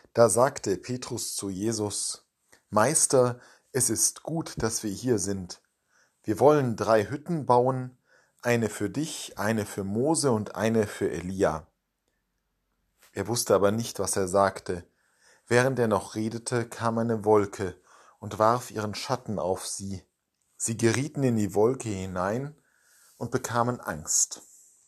Da sagte Petrus zu Jesus: Meister, es ist gut, dass wir hier sind. Wir wollen 3 Hütten bauen, eine für dich, eine für Mose und eine für Elia. Er wusste aber nicht, was er sagte. Während er noch redete, kam eine Wolke und warf ihren Schatten auf sie. Sie gerieten in die Wolke hinein und bekamen Angst.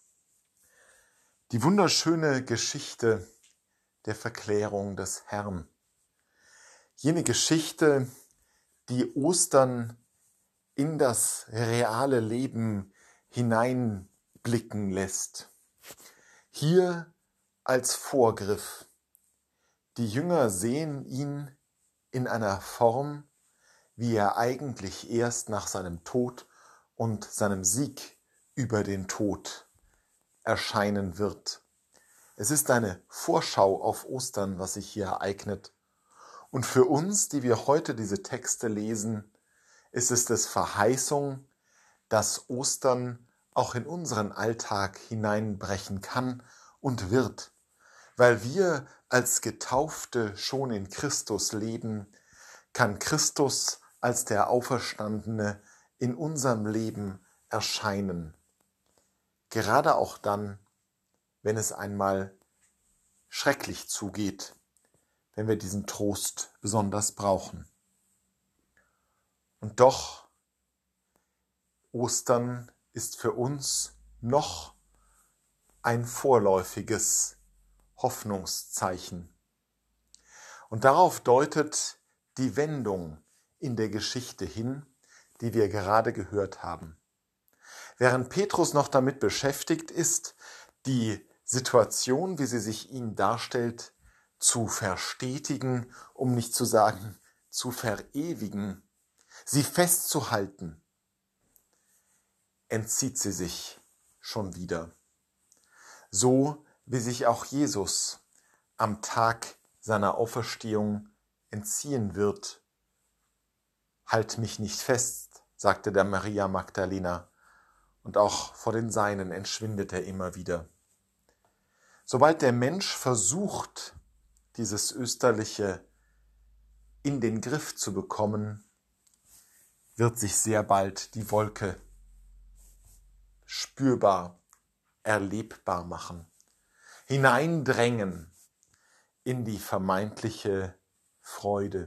Die wunderschöne Geschichte der Verklärung des Herrn. Jene Geschichte, die Ostern in das reale Leben hineinblicken lässt. Hier als Vorgriff. Die Jünger sehen ihn in einer Form, wie er eigentlich erst nach seinem Tod und seinem Sieg über den Tod erscheinen wird. Es ist eine Vorschau auf Ostern, was sich hier ereignet. Und für uns, die wir heute diese Texte lesen, ist es Verheißung, dass Ostern auch in unseren Alltag hineinbrechen kann und wird, weil wir als Getaufte schon in Christus leben, kann Christus als der Auferstandene in unserem Leben erscheinen. Gerade auch dann, wenn es einmal schrecklich zugeht, wenn wir diesen Trost besonders brauchen. Und doch, Ostern ist für uns noch ein vorläufiges Hoffnungszeichen. Und darauf deutet die Wendung in der Geschichte hin, die wir gerade gehört haben. Während Petrus noch damit beschäftigt ist, die Situation, wie sie sich ihm darstellt, zu verstetigen, um nicht zu sagen, zu verewigen, sie festzuhalten, entzieht sie sich schon wieder. So wie sich auch Jesus am Tag seiner Auferstehung entziehen wird. Halt mich nicht fest, sagte der Maria Magdalena, und auch vor den Seinen entschwindet er immer wieder. Sobald der Mensch versucht, dieses Österliche in den Griff zu bekommen, wird sich sehr bald die Wolke spürbar, erlebbar machen, hineindrängen in die vermeintliche Freude.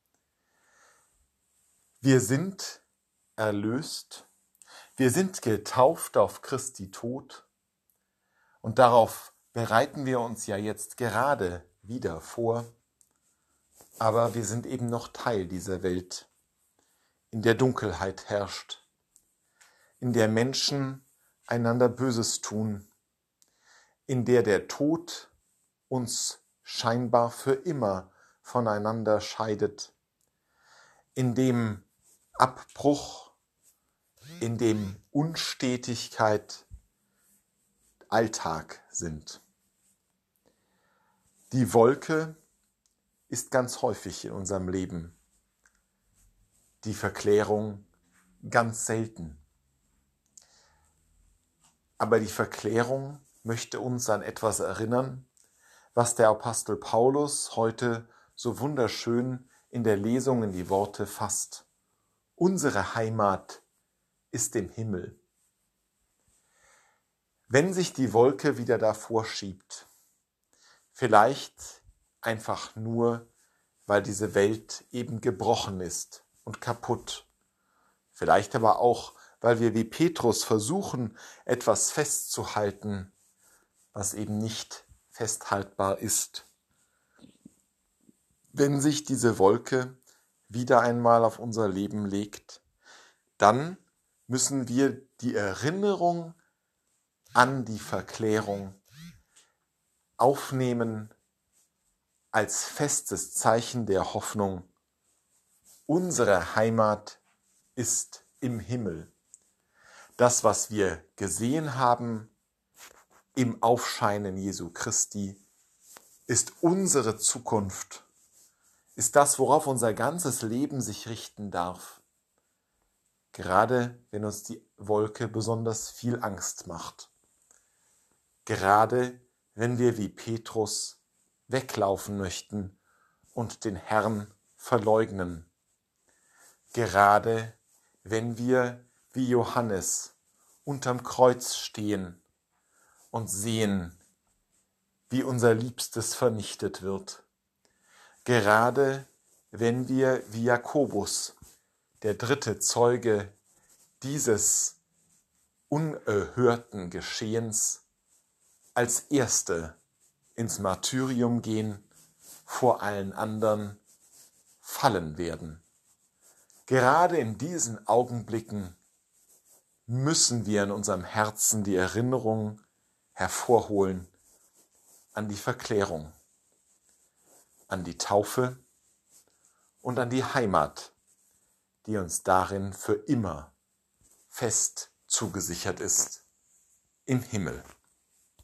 Wir sind erlöst, wir sind getauft auf Christi Tod und darauf bereiten wir uns ja jetzt gerade wieder vor, aber wir sind eben noch Teil dieser Welt, in der Dunkelheit herrscht, in der Menschen einander Böses tun, in der der Tod uns scheinbar für immer voneinander scheidet, in dem Abbruch, in dem Unstetigkeit Alltag sind. Die Wolke ist ganz häufig in unserem Leben, die Verklärung ganz selten. Aber die Verklärung möchte uns an etwas erinnern, was der Apostel Paulus heute so wunderschön in der Lesung in die Worte fasst. Unsere Heimat ist im Himmel. Wenn sich die Wolke wieder davor schiebt, vielleicht einfach nur, weil diese Welt eben gebrochen ist und kaputt, vielleicht aber auch, weil wir wie Petrus versuchen, etwas festzuhalten, was eben nicht festhaltbar ist. Wenn sich diese Wolke wieder einmal auf unser Leben legt, dann müssen wir die Erinnerung an die Verklärung aufnehmen als festes Zeichen der Hoffnung. Unsere Heimat ist im Himmel. Das, was wir gesehen haben im Aufscheinen Jesu Christi, ist unsere Zukunft, ist das, worauf unser ganzes Leben sich richten darf. Gerade wenn uns die Wolke besonders viel Angst macht. Gerade wenn wir wie Petrus weglaufen möchten und den Herrn verleugnen. Gerade wenn wir wie Johannes unterm Kreuz stehen und sehen, wie unser Liebstes vernichtet wird. Gerade wenn wir wie Jakobus, der dritte Zeuge dieses unerhörten Geschehens, als Erste ins Martyrium gehen, vor allen anderen fallen werden. Gerade in diesen Augenblicken müssen wir in unserem Herzen die Erinnerung hervorholen an die Verklärung, an die Taufe und an die Heimat, die uns darin für immer fest zugesichert ist, im Himmel.